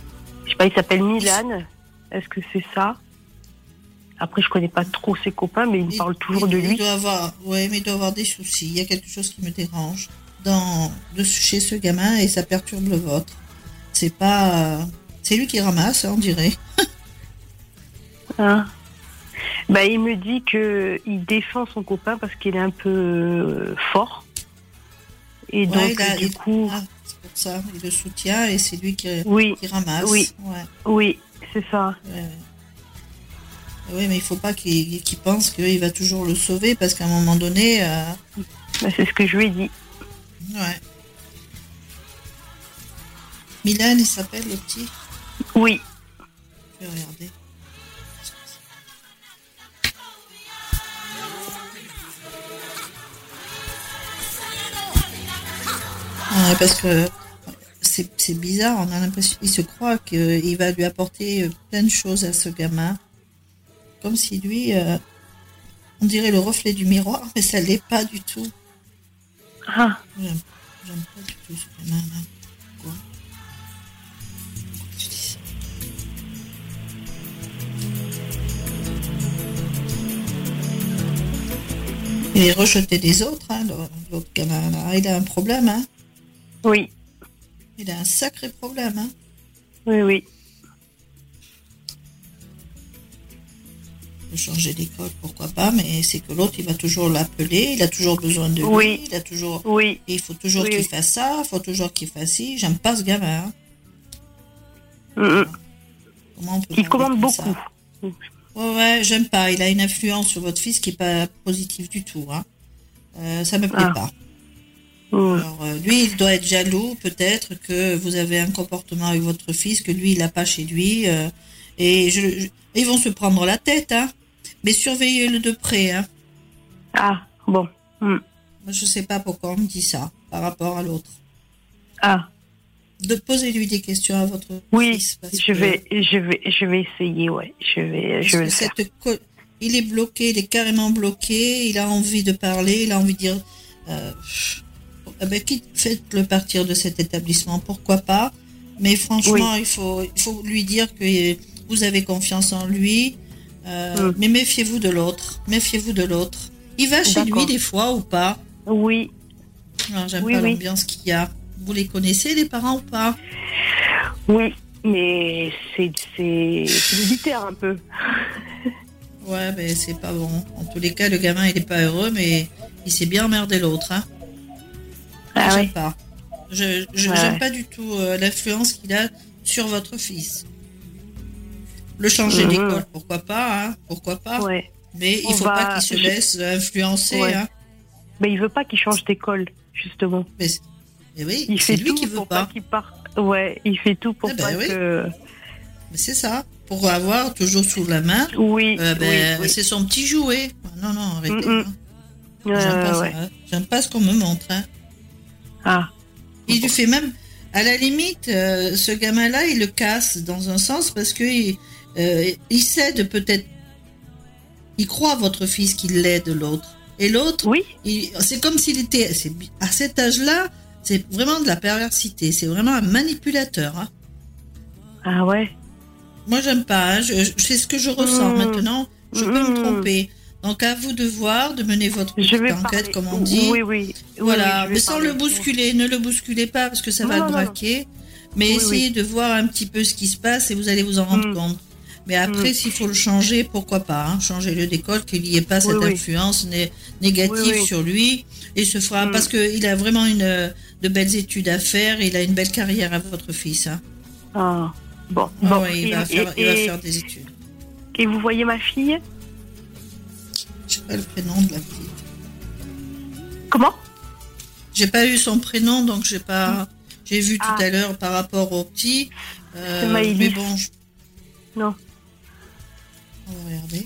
sais pas, il s'appelle Milan. Est-ce que c'est ça? Après, je connais pas trop ses copains, mais il me parle toujours de lui. Il doit avoir des soucis. Il y a quelque chose qui me dérange chez ce gamin et ça perturbe le vôtre. C'est lui qui ramasse, on dirait. Ah. Bah, il me dit que il défend son copain parce qu'il est un peu fort. Et donc, du coup... c'est pour ça, il le soutient et c'est lui qui ramasse. Oui, oui, c'est ça. Oui, mais il ne faut pas qu'il pense qu'il va toujours le sauver parce qu'à un moment donné... Bah, c'est ce que je lui ai dit. Ouais. Milan, il s'appelle le petit? Oui. Je vais regarder. Ouais, parce que c'est bizarre, on a l'impression, il se croit qu'il va lui apporter plein de choses à ce gamin. Comme si lui, on dirait le reflet du miroir, mais ça l'est pas du tout. Ah. J'aime pas du tout ce gamin-là. Pourquoi tu dis ça? Il est rejeté des autres, hein, l'autre gamin-là. Il a un problème, hein? Oui. Il a un sacré problème, hein? Oui, oui. Changer d'école, pourquoi pas, mais c'est que l'autre, il va toujours l'appeler, il a toujours besoin de lui, il a toujours... Oui. Et il faut toujours qu'il fasse ça, il faut toujours qu'il fasse ci. J'aime pas ce gamin. Hein. Comment on peut il commande beaucoup. Ouais, j'aime pas. Il a une influence sur votre fils qui est pas positive du tout. Hein. Ça me plaît pas. Alors, lui, il doit être jaloux, peut-être, que vous avez un comportement avec votre fils que lui, il n'a pas chez lui. Et ils vont se prendre la tête, hein. Mais surveillez-le de près, hein. Ah, bon. Je sais pas pourquoi on me dit ça par rapport à l'autre. Ah. Posez-lui des questions à votre fils. Parce je vais essayer, ouais. Je vais le faire. Il est bloqué, il est carrément bloqué, il a envie de parler, il a envie de dire... faites-le partir de cet établissement, pourquoi pas. Mais franchement, il faut lui dire que vous avez confiance en lui. Mais méfiez-vous de l'autre. Méfiez-vous de l'autre. Il va chez lui des fois ou pas? Oui. Non, j'aime pas l'ambiance qu'il y a. Vous les connaissez, les parents, ou pas? Oui, mais c'est militaire un peu. Ouais, mais c'est pas bon. En tous les cas, le gamin, il est pas heureux, mais il s'est bien emmerdé l'autre. Hein. J'aime pas. J'aime pas du tout l'influence qu'il a sur votre fils. Le changer d'école, pourquoi pas, hein, pourquoi pas. Ouais. Mais il faut pas qu'il se laisse influencer. Ouais. Hein. Mais il veut pas qu'il change d'école, justement. Mais oui, il fait lui tout qui veut pour pas. qu'il parte. Ouais, il fait tout pour pas que. Mais c'est ça, pour avoir toujours sous la main. Oui. C'est son petit jouet. Non, arrêtez. Hein. J'aime pas ça. Hein. J'aime pas ce qu'on me montre. Hein. Ah. Il lui fait même, à la limite, ce gamin-là, il le casse dans un sens parce que il cède peut-être. Il croit à votre fils qu'il l'aide l'autre. Et l'autre, c'est comme s'il était. À cet âge-là, c'est vraiment de la perversité. C'est vraiment un manipulateur. Hein. Ah ouais. Moi, j'aime pas. Hein. Je sais ce que je ressens maintenant. Je peux me tromper. Donc, à vous de voir, de mener votre petite enquête, comme on dit. Oui. Voilà, mais sans le bousculer. Ne le bousculez pas parce que ça va le braquer. Mais essayez de voir un petit peu ce qui se passe et vous allez vous en rendre compte. Mais après, s'il faut le changer, pourquoi pas. Hein, changer-le d'école, qu'il n'y ait pas cette influence négative sur lui. Et se fera, parce qu'il a vraiment de belles études à faire. Il a une belle carrière à votre fils. Hein. Ah, bon. Il va faire des études. Et vous voyez ma fille? Je sais pas le prénom de la petite. Comment? J'ai pas eu son prénom, donc j'ai pas. J'ai vu tout à l'heure par rapport au petit. Mais bon. Non. On va regarder.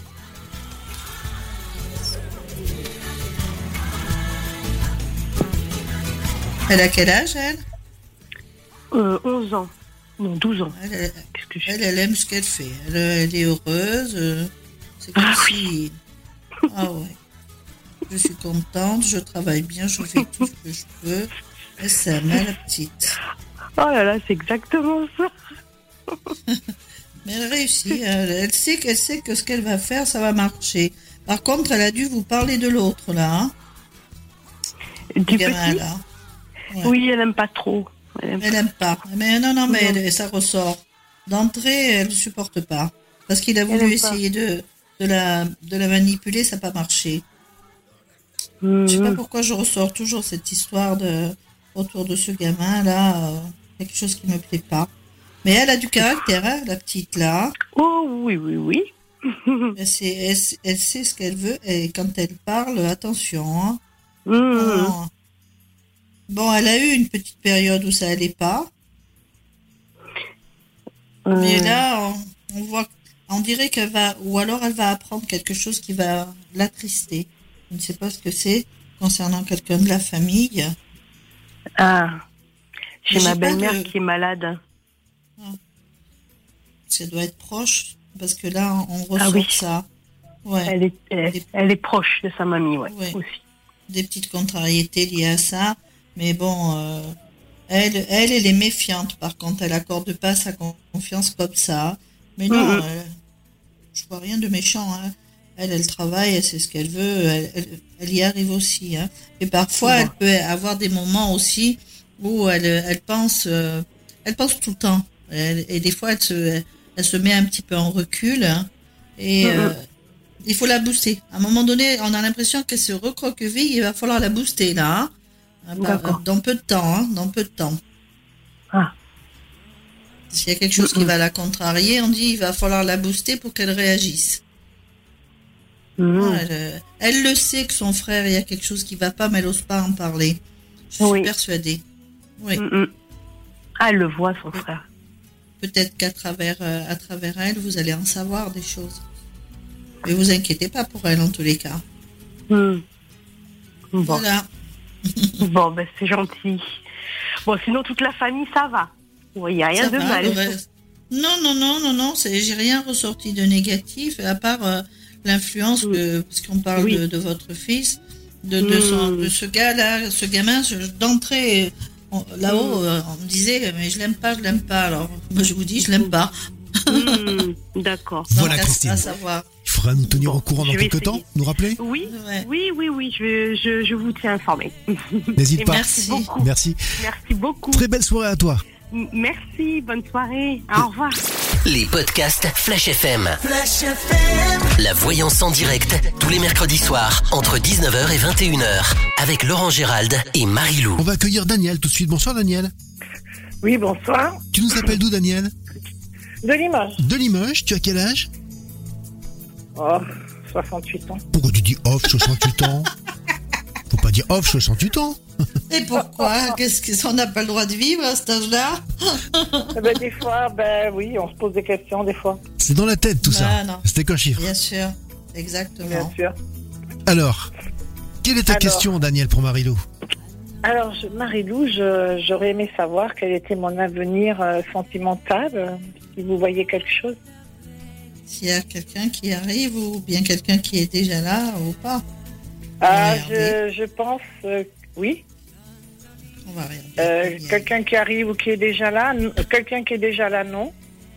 Elle a quel âge, elle? 11 ans. Non, 12 ans. Elle aime ce qu'elle fait. Elle est heureuse. C'est comme si... Ah ouais. Je suis contente, je travaille bien, je fais tout ce que je peux. Elle s'aime, la petite. Oh là là, c'est exactement ça. Mais elle réussit. Elle sait que ce qu'elle va faire, ça va marcher. Par contre, elle a dû vous parler de l'autre, là. Hein, Du gamin, petit. là. Ouais. Oui, elle aime pas trop. Elle aime pas. Mais non, mais ça ressort. D'entrée, elle ne supporte pas. Parce qu'il a Elle voulu aime essayer de la manipuler, ça n'a pas marché. Je sais pas pourquoi je ressors toujours cette histoire autour de ce gamin-là. Quelque chose qui me plaît pas. Mais elle a du caractère, hein, la petite, là. Oh, oui. Elle sait ce qu'elle veut. Et quand elle parle, attention. Hein. Mmh. Bon, elle a eu une petite période où ça allait pas. Mais là, on dirait qu'elle va, ou alors elle va apprendre quelque chose qui va l'attrister. Je ne sais pas ce que c'est concernant quelqu'un de la famille. Ah, j'ai Mais ma j'ai pas belle-mère de- qui est malade. Ça doit être proche, parce que là, on ressent oui. ça. Ouais. Elle est proche de sa mamie, ouais. Ouais. Aussi. Des petites contrariétés liées à ça. Mais bon, elle est méfiante. Par contre, elle accorde pas sa confiance comme ça. Mais non, je vois rien de méchant. Hein. Elle travaille, elle sait ce qu'elle veut, elle y arrive aussi. Hein. Et parfois, elle peut avoir des moments aussi où elle pense tout le temps. Et des fois, elle se met un petit peu en recul. Hein. Et il faut la booster. À un moment donné, on a l'impression qu'elle se recroqueville. Il va falloir la booster là. Hein. Dans peu de temps. Hein, dans peu de temps. Ah. S'il y a quelque chose qui va la contrarier, on dit il va falloir la booster pour qu'elle réagisse. Elle le sait que son frère, il y a quelque chose qui va pas, mais elle n'ose pas en parler. Je suis persuadée. Oui. Ah, elle le voit, son frère. Peut-être qu'à travers elle, vous allez en savoir des choses. Mais vous inquiétez pas pour elle, en tous les cas. Bon. Voilà. Bon, ben c'est gentil. Bon, sinon, toute la famille, ça va. Il n'y a rien de mal. Non, j'ai rien ressorti de négatif, à part l'influence, parce qu'on parle de votre fils, de ce gars-là, ce gamin, d'entrée, là-haut, on me disait, mais je l'aime pas. Alors, moi, je vous dis, je l'aime pas. D'accord. Voilà, Donc, Christine. à savoir. Il faudra nous tenir au courant dans je vais quelques temps, essayer. nous rappeler. Oui, je vous tiens informé. N'hésite pas. Merci beaucoup. Merci. Merci beaucoup. Très belle soirée à toi. Merci, bonne soirée. Au revoir. Les podcasts Flash FM. La voyance en direct, tous les mercredis soirs, entre 19h et 21h, avec Laurent Gérald et Marie-Lou. On va accueillir Daniel tout de suite. Bonsoir Daniel. Oui, bonsoir. Tu nous appelles d'où Daniel? De Limoges. De Limoges. Tu as quel âge? Oh, 68 ans. Pourquoi tu dis off 68 ans? Faut pas dire off 68 ans. Et pourquoi? Qu'est-ce qu'on n'a pas le droit de vivre à cet âge-là? Des fois, oui, on se pose des questions, des fois. C'est dans la tête tout ça. Non. C'était qu'un chiffre. Bien sûr, exactement. Bien sûr. Alors, quelle est ta question Daniel pour Marie-Lou? Alors, Marie-Lou, j'aurais aimé savoir quel était mon avenir sentimental, si vous voyez quelque chose. S'il y a quelqu'un qui arrive ou bien quelqu'un qui est déjà là ou pas. Je pense, oui. On va regarder. Quelqu'un qui arrive ou qui est déjà là. Quelqu'un qui est déjà là, non.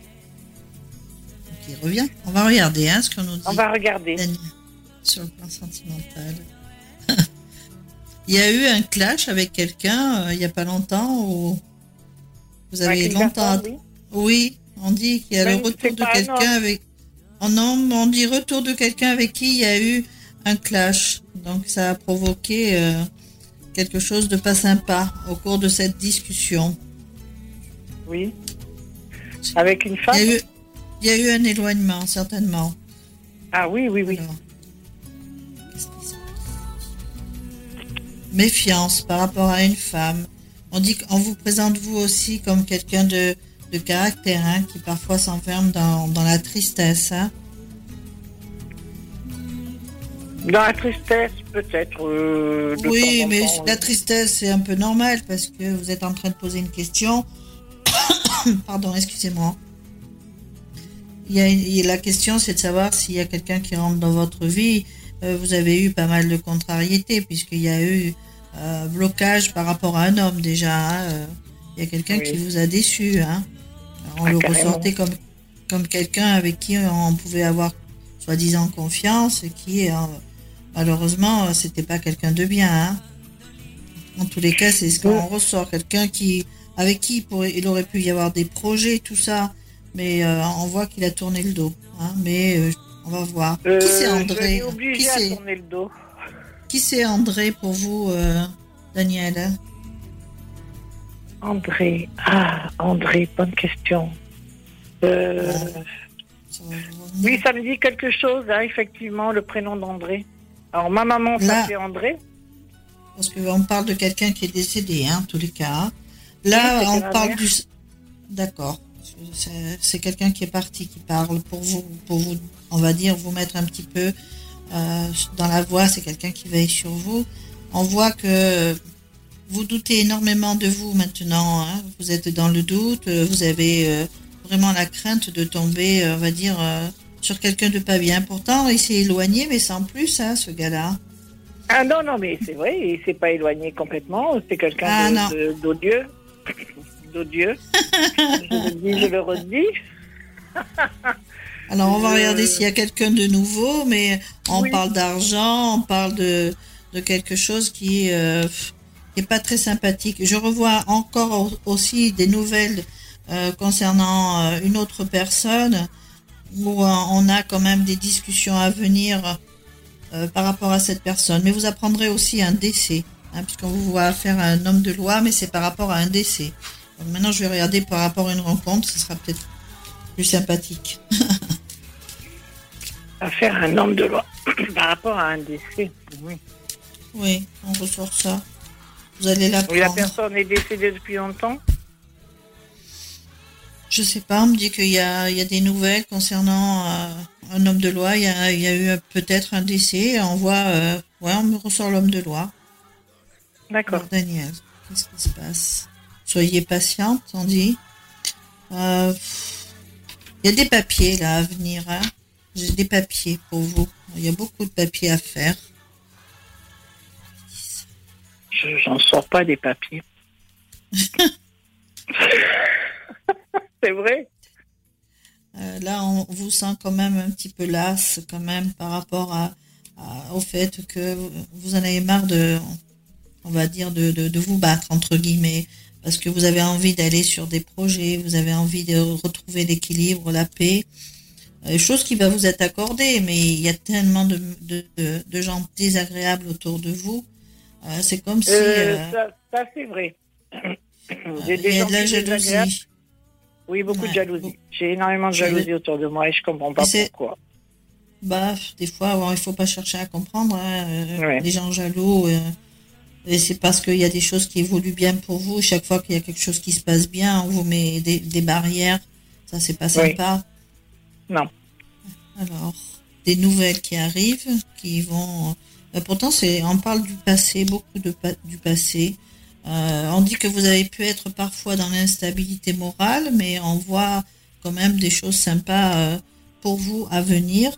Qui revient. On va regarder ce qu'on nous dit. On va regarder. Sur le plan sentimental. Il y a eu un clash avec quelqu'un il n'y a pas longtemps où vous avez longtemps... Oui, on dit qu'il y a le retour de quelqu'un avec... Oh non, on dit retour de quelqu'un avec qui il y a eu un clash. Donc ça a provoqué quelque chose de pas sympa au cours de cette discussion. Oui. Avec une femme? Il y a eu un éloignement, certainement. Ah oui. Alors, qu'est-ce qui se passe? Méfiance par rapport à une femme. On dit qu'on vous présente vous aussi comme quelqu'un de caractère, qui parfois s'enferme dans la tristesse. Dans la tristesse, peut-être. Oui, mais la tristesse, c'est un peu normal parce que vous êtes en train de poser une question. Pardon, excusez-moi. La question, c'est de savoir s'il y a quelqu'un qui rentre dans votre vie. Vous avez eu pas mal de contrariétés puisqu'il y a eu blocage par rapport à un homme déjà. Il y a quelqu'un qui vous a déçu. On le carrément. ressentait comme quelqu'un avec qui on pouvait avoir soi-disant confiance, et qui malheureusement c'était pas quelqu'un de bien. Hein. En tous les cas, c'est ce qu'on ressort, quelqu'un avec qui il aurait pu y avoir des projets, tout ça, mais on voit qu'il a tourné le dos. Hein. Mais on va voir. Qui c'est André? Je suis obligée à tourner le dos. Qui c'est André pour vous, Daniel? André, bonne question. Oui, ça me dit quelque chose, hein, effectivement, le prénom d'André. Alors, ma maman s'appelait André. Parce qu'on parle de quelqu'un qui est décédé, hein, en tous les cas. Là, on parle du... D'accord. C'est quelqu'un qui est parti, qui parle pour vous, on va dire, vous mettre un petit peu dans la voie. C'est quelqu'un qui veille sur vous. On voit que vous doutez énormément de vous maintenant. Hein. Vous êtes dans le doute. Vous avez vraiment la crainte de tomber, on va dire, sur quelqu'un de pas bien. Pourtant, il s'est éloigné, mais sans plus, hein, ce gars-là. Ah non, mais c'est vrai, il s'est pas éloigné complètement. C'est quelqu'un d'odieux. D'odieux. Je le dis, je le redis. Alors, on va regarder s'il y a quelqu'un de nouveau, mais on parle d'argent, on parle de quelque chose qui est pas très sympathique. Je revois encore aussi des nouvelles concernant une autre personne où on a quand même des discussions à venir par rapport à cette personne. Mais vous apprendrez aussi un décès, hein, puisqu'on vous voit faire un homme de loi, mais c'est par rapport à un décès. Donc maintenant, je vais regarder par rapport à une rencontre, ce sera peut-être plus sympathique. À faire un homme de loi par rapport à un décès. Oui. Oui, on ressort ça. Vous allez l'apprendre. Oui, la personne est décédée depuis longtemps? Je sais pas, on me dit qu'il y a des nouvelles concernant un homme de loi. Il y a eu peut-être un décès. On voit, on me ressort l'homme de loi. D'accord. Alors, Daniel, qu'est-ce qui se passe? Soyez patiente, on dit. Il y a des papiers là à venir. Hein. J'ai des papiers pour vous. Il y a beaucoup de papiers à faire. J'en sors pas des papiers. C'est vrai. Là, on vous sent quand même un petit peu lasse, quand même, par rapport au fait que vous en avez marre on va dire, de vous battre, entre guillemets, parce que vous avez envie d'aller sur des projets, vous avez envie de retrouver l'équilibre, la paix, chose qui va vous être accordée, mais il y a tellement de gens désagréables autour de vous. C'est comme si... ça c'est vrai. J'ai des gens de la jalousie. Oui, beaucoup de jalousie. J'ai énormément de jalousie autour de moi et je comprends pas pourquoi. Des fois, il faut pas chercher à comprendre. Hein, les gens jaloux, et c'est parce qu'il y a des choses qui évoluent bien pour vous. Chaque fois qu'il y a quelque chose qui se passe bien, on vous met des barrières. Ça, c'est pas sympa. Non. Alors, des nouvelles qui arrivent, qui vont... pourtant, on parle du passé, beaucoup du passé. On dit que vous avez pu être parfois dans l'instabilité morale, mais on voit quand même des choses sympas pour vous à venir.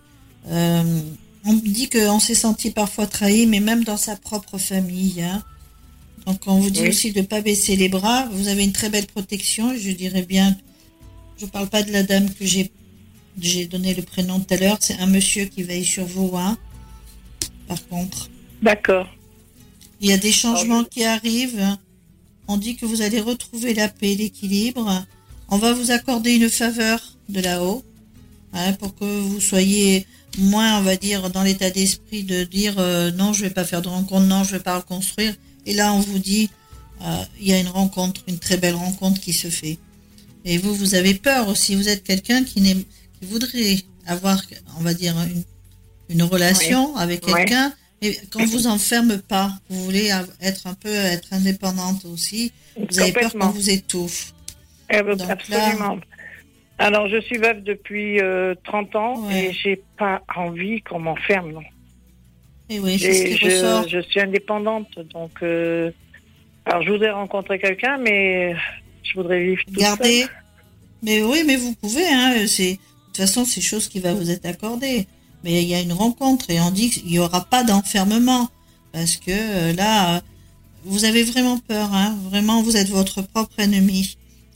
On dit qu'on s'est senti parfois trahi, mais même dans sa propre famille. Hein. Donc on vous dit aussi de ne pas baisser les bras. Vous avez une très belle protection. Je dirais bien, je ne parle pas de la dame que j'ai donné le prénom tout à l'heure. C'est un monsieur qui veille sur vous. Hein, par contre. D'accord. Il y a des changements qui arrivent. On dit que vous allez retrouver la paix, l'équilibre. On va vous accorder une faveur de là-haut, hein, pour que vous soyez moins, on va dire, dans l'état d'esprit de dire non, je vais pas faire de rencontre, non, je vais pas reconstruire. Et là, on vous dit, il y a une rencontre, une très belle rencontre qui se fait. Et vous avez peur aussi. Vous êtes quelqu'un qui voudrait avoir, on va dire, une relation avec quelqu'un. Et qu'on vous enferme pas, vous voulez être indépendante aussi. Vous avez peur qu'on vous étouffe. Donc absolument. Là, alors, je suis veuve depuis 30 ans et j'ai pas envie qu'on m'enferme, non. Et oui, c'est ce qui ressort. Je suis indépendante, donc... alors, je voudrais rencontrer quelqu'un, mais je voudrais vivre toute seule. Mais oui, mais vous pouvez, hein. De toute façon, c'est chose qui va vous être accordée. Mais il y a une rencontre et on dit qu'il n'y aura pas d'enfermement. Parce que là, vous avez vraiment peur. Hein. Vraiment, vous êtes votre propre ennemi.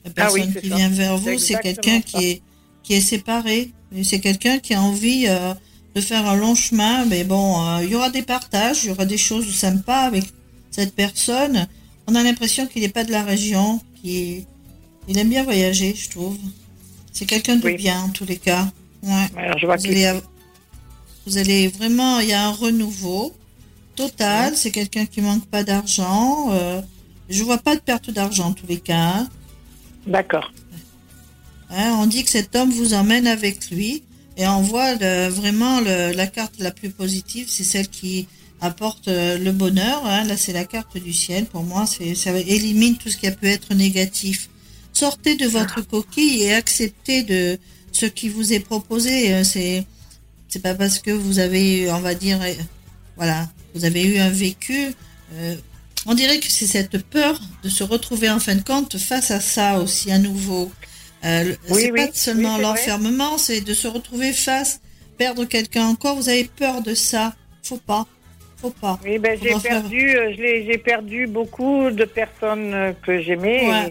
La personne qui vient vers vous, c'est quelqu'un qui est séparé. Et c'est quelqu'un qui a envie de faire un long chemin. Mais bon, il y aura des partages, il y aura des choses sympas avec cette personne. On a l'impression qu'il n'est pas de la région, il aime bien voyager, je trouve. C'est quelqu'un de bien, en tous les cas. Ouais. Alors, je vois vous allez vraiment, il y a un renouveau total. C'est quelqu'un qui manque pas d'argent. Je vois pas de perte d'argent, en tous les cas. Hein. D'accord. On dit que cet homme vous emmène avec lui. Et on voit vraiment la carte la plus positive, c'est celle qui apporte le bonheur. Hein. Là, c'est la carte du ciel. Pour moi, ça élimine tout ce qui a pu être négatif. Sortez de votre coquille et acceptez de ce qui vous est proposé. C'est pas parce que vous avez, on va dire, voilà, vous avez eu un vécu. On dirait que c'est cette peur de se retrouver en fin de compte face à ça aussi à nouveau. C'est pas seulement l'enfermement, c'est de se retrouver perdre quelqu'un encore. Vous avez peur de ça. Faut pas. Oui, j'ai perdu beaucoup de personnes que j'aimais. Ouais.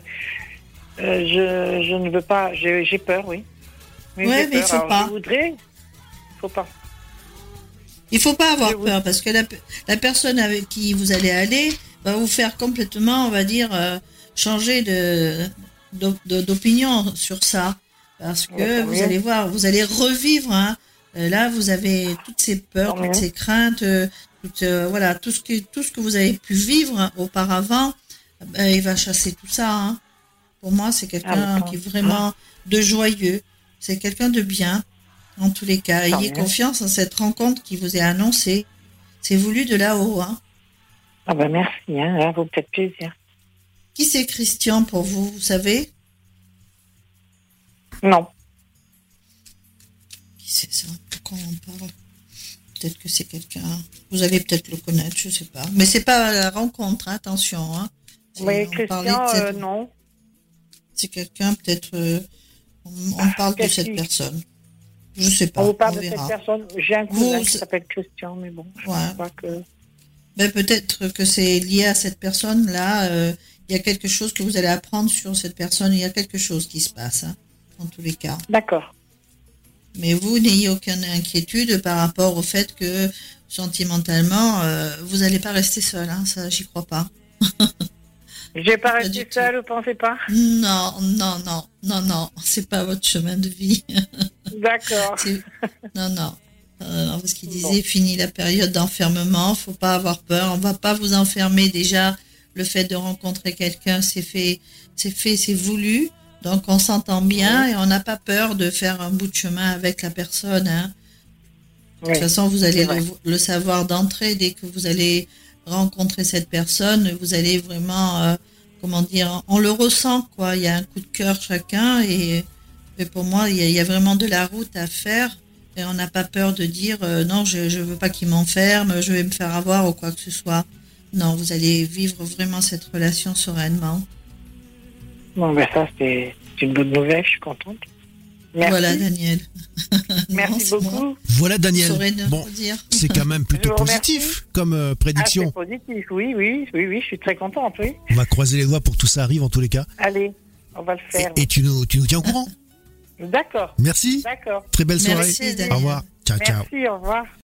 Je ne veux pas. J'ai peur, oui. Mais il faut pas. Faut pas. Il faut pas avoir peur parce que la personne avec qui vous allez aller va vous faire complètement, on va dire, changer d'opinion sur ça. Parce que vous allez voir, vous allez revivre. Hein. Là, vous avez toutes ces peurs, toutes ces craintes, voilà, tout ce que vous avez pu vivre auparavant. Il va chasser tout ça. Hein. Pour moi, c'est quelqu'un qui est vraiment de joyeux. C'est quelqu'un de bien. En tous les cas, ayez confiance en cette rencontre qui vous est annoncée. C'est voulu de là-haut. Hein. Ah ben merci, hein, là, vous me faites plaisir. Qui c'est Christian pour vous, vous savez? Non. Qui c'est ça? Pourquoi on parle? Peut-être que c'est quelqu'un... Vous allez peut-être le connaître, je sais pas. Mais c'est pas la rencontre, hein, attention. Hein. Oui, Christian, non. C'est quelqu'un, peut-être... on parle de cette personne. Je sais pas. On vous parle de cette personne. J'ai un cousin qui s'appelle Christian, mais bon, je crois que... Ben, peut-être que c'est lié à cette personne-là. Il y a quelque chose que vous allez apprendre sur cette personne. Il y a quelque chose qui se passe, hein, en tous les cas. D'accord. Mais vous n'ayez aucune inquiétude par rapport au fait que, sentimentalement, vous n'allez pas rester seul. Hein, ça, j'y crois pas. J'ai pas resté seule, vous pensez pas? Non. C'est pas votre chemin de vie. D'accord. Non. Parce qu'il disait, fini la période d'enfermement, faut pas avoir peur, on va pas vous enfermer déjà. Le fait de rencontrer quelqu'un, c'est voulu. Donc on s'entend bien et on n'a pas peur de faire un bout de chemin avec la personne. Hein. De toute façon, vous allez le savoir d'entrée. Dès que vous allez rencontrer cette personne, vous allez vraiment, on le ressent, quoi. Il y a un coup de cœur chacun et pour moi, il y a vraiment de la route à faire. Et on n'a pas peur de dire non, je veux pas qu'il m'enferme, je vais me faire avoir ou quoi que ce soit. Non, vous allez vivre vraiment cette relation sereinement. Bon, ben ça, c'est une bonne nouvelle, je suis contente. Merci. Voilà, Daniel. Merci beaucoup. Moi. Voilà, Daniel. Bon, c'est quand même plutôt positif comme prédiction. Ah, c'est positif, oui, je suis très contente, oui. On va croiser les doigts pour que tout ça arrive en tous les cas. Allez, on va le faire. Et tu nous tiens au courant. D'accord. Merci. D'accord. Très belle soirée. Merci, au revoir. Ciao. Merci, au revoir.